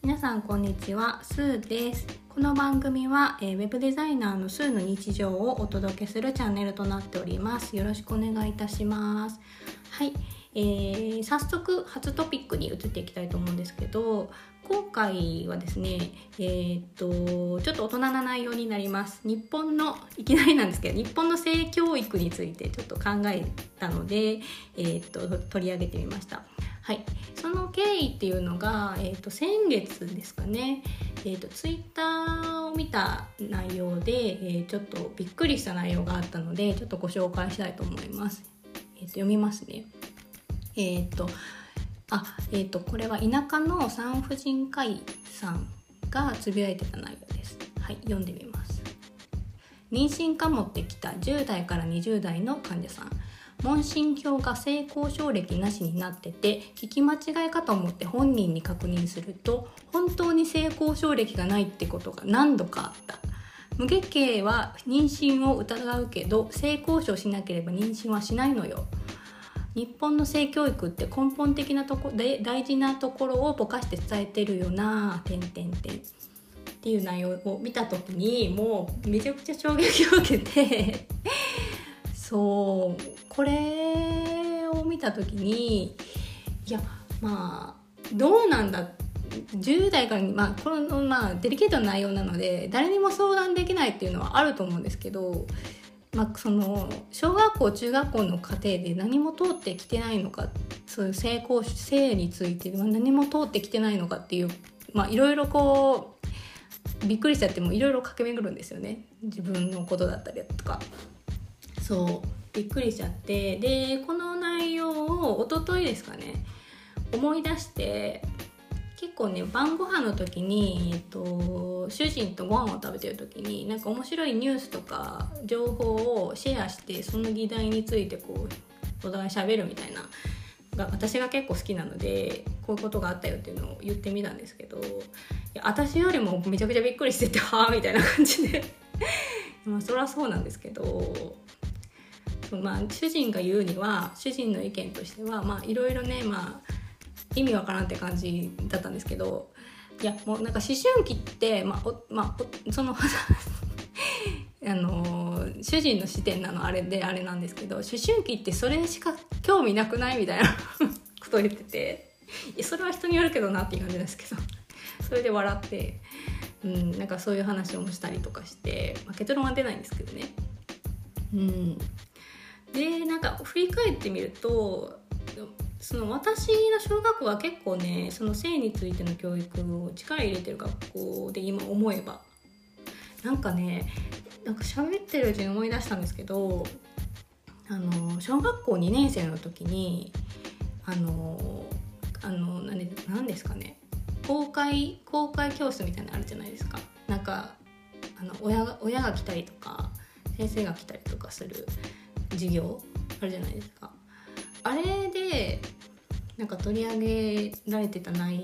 皆さんこんにちは、スーです。この番組は、ウェブデザイナーのスーの日常をお届けするチャンネルとなっております。よろしくお願いいたします。はい、早速初トピックに移っていきたいと思うんですけど、今回はですね、ちょっと大人な内容になります。いきなりなんですけど、日本の性教育についてちょっと考えたので、取り上げてみました。はい、その経緯っていうのが、先月ですかね、ツイッターを見た内容で、ちょっとびっくりした内容があったので、ちょっとご紹介したいと思います。読みますね。これは田舎の産婦人科医さんがつぶやいてた内容です。はい、読んでみます。妊娠かもってきた10代から20代の患者さん。問診票が性交渉歴なしになってて、聞き間違いかと思って本人に確認すると、本当に性交渉歴がないってことが何度かあった。無月経は妊娠を疑うけど、性交渉しなければ妊娠はしないのよ。日本の性教育って根本的なとこで大事なところをぼかして伝えてるよなっていう内容を見た時に、もうめちゃくちゃ衝撃を受けてそうこれを見た時に、いやどうなんだ、10代からこのデリケートな内容なので誰にも相談できないっていうのはあると思うんですけど、その小学校中学校の過程で何も通ってきてないのか、そういう性について何も通ってきてないのかっていう、いろいろこうびっくりしちゃってもいろいろ駆け巡るんですよね。自分のことだったりとか、そうびっくりしちゃって、でこの内容を一昨日ですかね思い出して、結構ね晩ご飯の時に、主人とご飯を食べてる時になんか面白いニュースとか情報をシェアして、その議題についてこうお互い喋るみたいな私が結構好きなので、こういうことがあったよっていうのを言ってみたんですけど、私よりもめちゃくちゃびっくりしてて、はぁみたいな感じでそりゃそうなんですけど、主人が言うには、主人の意見としてはいろいろね、意味わからんって感じだったんですけど、いやもうなんか思春期ってその主人の視点なのあれなんですけど、思春期ってそれしか興味なくないみたいなことを言ってて、それは人によるけどなっていう感じですけど、それで笑って、なんかそういう話をしたりとかして、結論は出ないんですけどね。でなんか振り返ってみると、その私の小学校は結構ね、その性についての教育を力入れてる学校で、今思えばなんか喋ってるうちに思い出したんですけど、小学校2年生の時に何ですかね、公開教室みたいなのあるじゃないですか。なんか親が来たりとか先生が来たりとかする授業あるじゃないですか。あれでなんか取り上げられてた授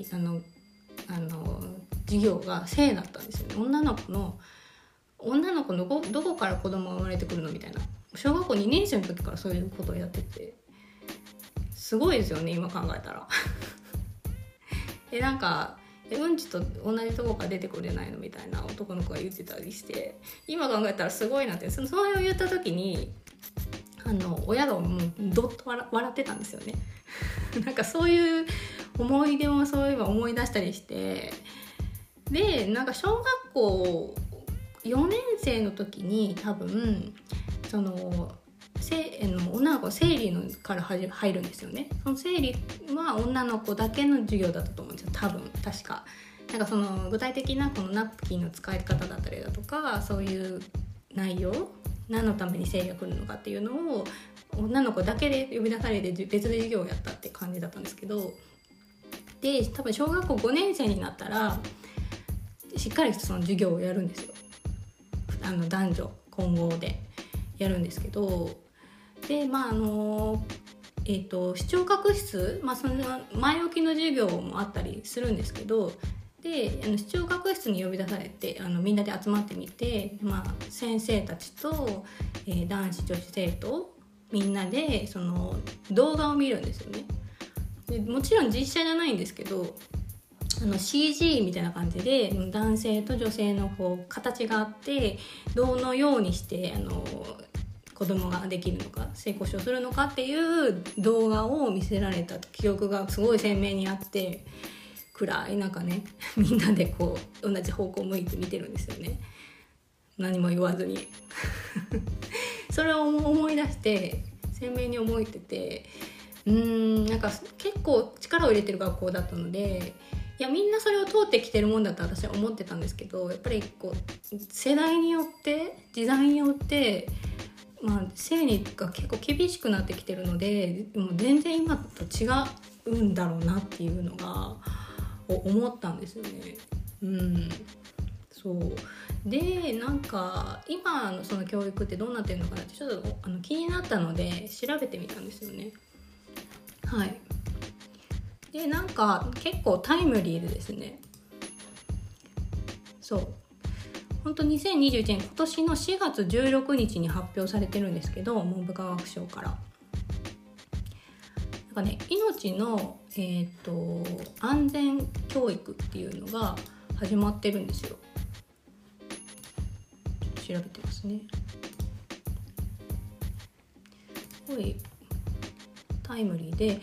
業が性だったんですよね。女の子のどこから子供が生まれてくるのみたいな、小学校2年生の時からそういうことをやってて、すごいですよね今考えたらなんかうんちと同じとこから出てくれないのみたいな男の子が言ってたりして、今考えたらすごいなって。それを言った時に親がもうどっと笑ってたんですよねなんかそういう思い出もそういえば思い出したりして、でなんか小学校4年生の時に多分その女の子の生理のから入るんですよね。その生理は女の子だけの授業だったと思うんですよ、多分。確かなんかその具体的なこのナプキンの使い方だったりだとか、そういう内容、何のために生理が来るのかっていうのを女の子だけで呼び出されて別で授業をやったって感じだったんですけど、で多分小学校5年生になったらしっかりその授業をやるんですよ。男女混合でやるんですけど、で視聴覚室、その前置きの授業もあったりするんですけど、で視聴覚室に呼び出されてみんなで集まってみて、先生たちと、男子女子生徒みんなでその動画を見るんですよね。でもちろん実写じゃないんですけど、 CG みたいな感じで男性と女性のこう形があって、どのようにして子供ができるのか、性交渉するのかっていう動画を見せられた記憶がすごい鮮明にあって、暗い中ね、みんなでこう同じ方向を向いて見てるんですよね、何も言わずにそれを思い出して鮮明に覚えてて、なんか結構力を入れてる学校だったので、いやみんなそれを通ってきてるもんだと私は思ってたんですけど、やっぱりこう世代によって時代によって生理が結構厳しくなってきてるので、もう全然今と違うんだろうなっていうのが思ったんですよね。そうで、なんか今のその教育ってどうなってるのかなってちょっと気になったので調べてみたんですよね。はい。で、なんか結構タイムリーでですね、そう本当2021年今年の4月16日に発表されてるんですけど、文部科学省からなんかね、命の、安全教育っていうのが始まってるんですよ。調べてますね。すごいタイムリーで、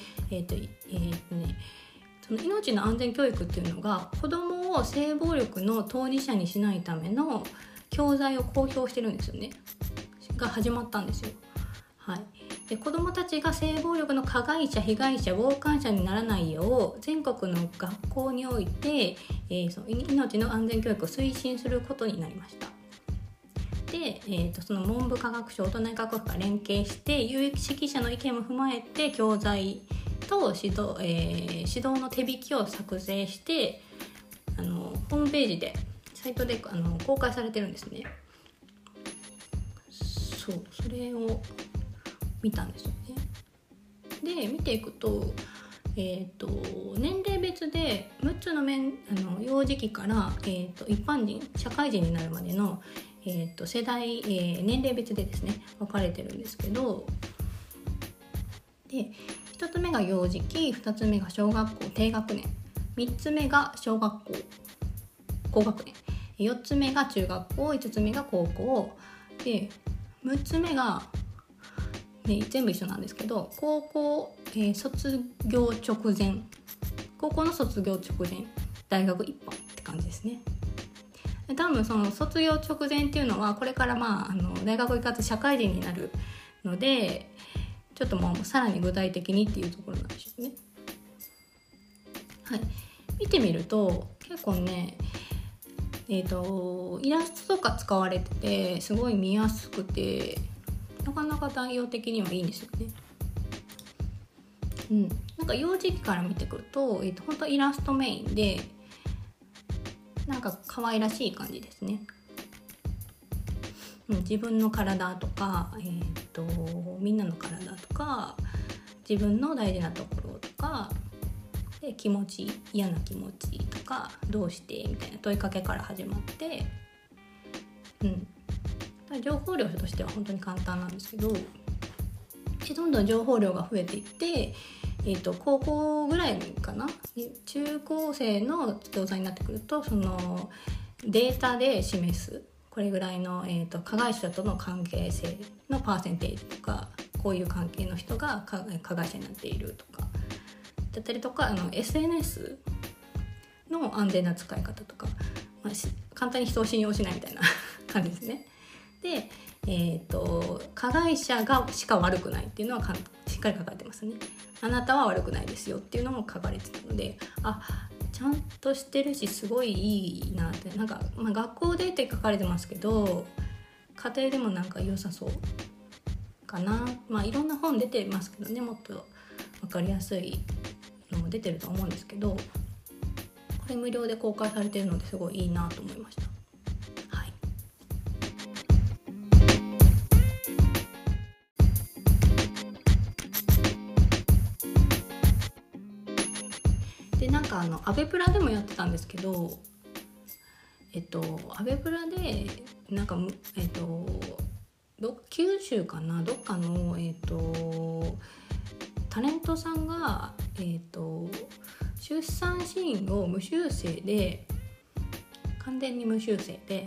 その命の安全教育っていうのが子どもを性暴力の当事者にしないための教材を公表してるんですよね。が始まったんですよ。はい。で、子どもたちが性暴力の加害者、被害者、傍観者にならないよう全国の学校において、その命の安全教育を推進することになりました。で、その文部科学省と内閣府が連携して有識者の意見も踏まえて教材と指導の手引きを作成してホームページでサイトで公開されてるんですね。そうそれを見たんですよね。で見ていくと、年齢別で6つの幼児期から、一般人社会人になるまでの世代、年齢別でですね分かれてるんですけど、で1つ目が幼児期、2つ目が小学校低学年、3つ目が小学校高学年、4つ目が中学校、5つ目が高校で、6つ目が、全部一緒なんですけど高校、卒業直前、高校の卒業直前、大学一般って感じですね。多分その卒業直前っていうのはこれから大学行かず社会人になるので、ちょっともうさらに具体的にっていうところなんでしょうね。はい、見てみると結構ね、イラストとか使われててすごい見やすくて、なかなか代用的にはいいんですよね。なんか幼児期から見てくると、本当イラストメインでなんか可愛らしい感じですね。自分の体とか、みんなの体とか、自分の大事なところとかで、気持ち、嫌な気持ちとか、どうしてみたいな問いかけから始まって、情報量としては本当に簡単なんですけど、どんどん情報量が増えていって、高校ぐらいかな、中高生の教材になってくると、そのデータで示すこれぐらいの、加害者との関係性のパーセンテージとか、こういう関係の人が加害者になっているとかだったりとか、SNS の安全な使い方とか、簡単に人を信用しないみたいな感じですね。で、加害者しか悪くないっていうのはしっかり書かれてますね。あなたは悪くないですよっていうのも書かれてたので、ちゃんとしてるしすごいいいなって。なんか、学校でって書かれてますけど、家庭でもなんか良さそうかな。いろんな本出てますけどね、もっと分かりやすいのも出てると思うんですけど、これ無料で公開されてるのですごいいいなと思いました。で、なんかアベプラでもやってたんですけど、アベプラでなんか九州かな、どっかのタレントさんが出産シーンを無修正で、完全に無修正で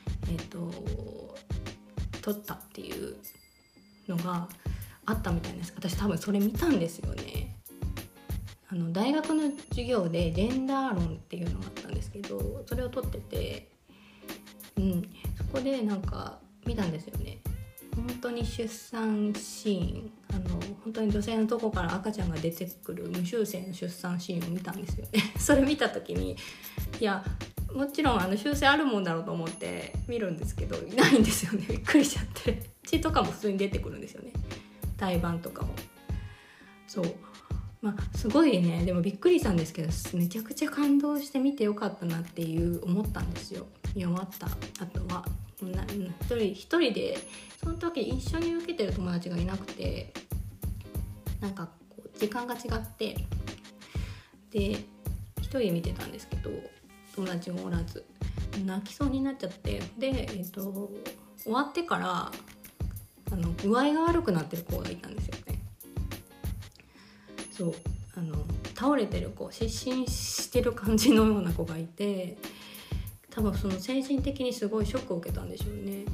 撮ったっていうのがあったみたいです。私多分それ見たんですよね。大学の授業でジェンダー論っていうのがあったんですけど、それを撮ってて、そこでなんか見たんですよね。本当に出産シーン、本当に女性のとこから赤ちゃんが出てくる無修正の出産シーンを見たんですよね。それ見た時に、いやもちろん修正あるもんだろうと思って見るんですけど、いないんですよね。びっくりしちゃって。血とかも普通に出てくるんですよね、胎盤とかも。そう、すごいね。でもびっくりしたんですけど、めちゃくちゃ感動して見てよかったなっていう思ったんですよ。見終わった後は一人で、その時一緒に受けてる友達がいなくて、なんかこう時間が違って、で一人で見てたんですけど、友達もおらず泣きそうになっちゃって、で、終わってから具合が悪くなってる子がいたんですよね。そう倒れてる子、失神してる感じのような子がいて、多分その精神的にすごいショックを受けたんでしょうね。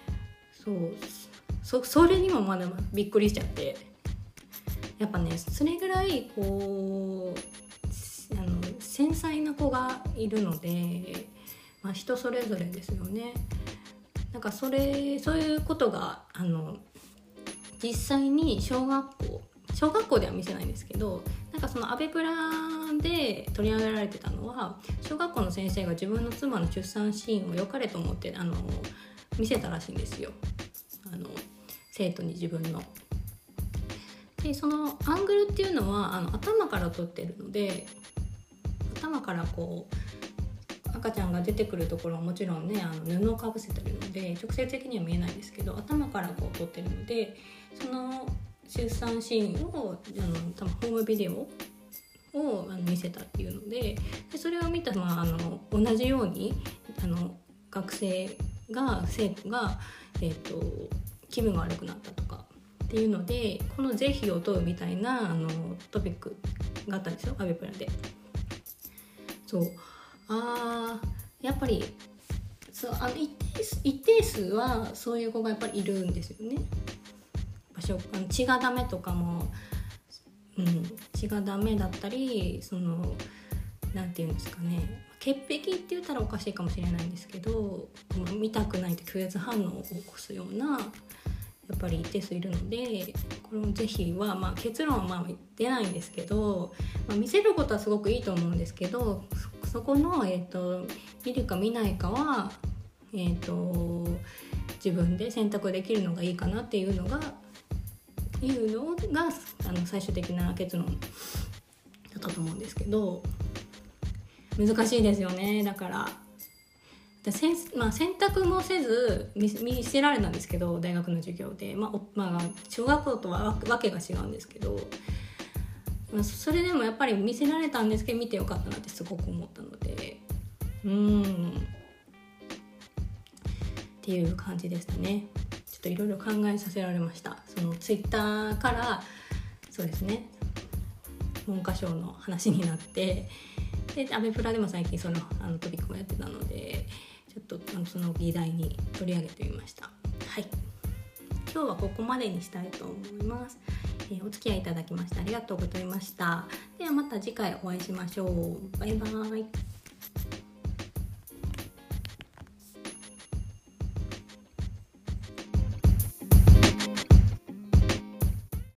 それにもまだびっくりしちゃって、やっぱね、それぐらいこう繊細な子がいるので、人それぞれですよね。なんかそういうことが実際に小学校では見せないんですけど、なんかそのアベプラで取り上げられてたのは、小学校の先生が自分の妻の出産シーンを良かれと思って見せたらしいんですよ、生徒に自分の。でそのアングルっていうのは頭から撮ってるので、頭からこう赤ちゃんが出てくるところはもちろんね、布をかぶせてるので直接的には見えないんですけど、頭からこう撮ってるので、その出産シーンを多分ホームビデオを見せたっていうので、それを見た同じように生徒が、気分が悪くなったとかっていうので、この是非を問うみたいなトピックがあったんですよ、アベプラで。そうやっぱり一定数はそういう子がやっぱりいるんですよね。血がダメとかも、血がダメだったり、なんていうんですかね、潔癖って言ったらおかしいかもしれないんですけど、見たくないと拒絶反応を起こすようなやっぱり一定数いるので、この是非は結論は出ないんですけど、見せることはすごくいいと思うんですけど、そこの、見るか見ないかは、自分で選択できるのがいいかなっていうのが最終的な結論だったと思うんですけど、難しいですよね。だから選択もせず見せられたんですけど、大学の授業で、小学校とはわけが違うんですけど、それでもやっぱり見せられたんですけど、見てよかったなってすごく思ったので、っていう感じでしたね。ちょっといろいろ考えさせられました。そのツイッターからそうですね、文科省の話になって、でアベプラでも最近そのトピックもやってたので、ちょっとその議題に取り上げてみました。はい、今日はここまでにしたいと思います。お付き合いいただきましてありがとうございました。ではまた次回お会いしましょう。バイバイ。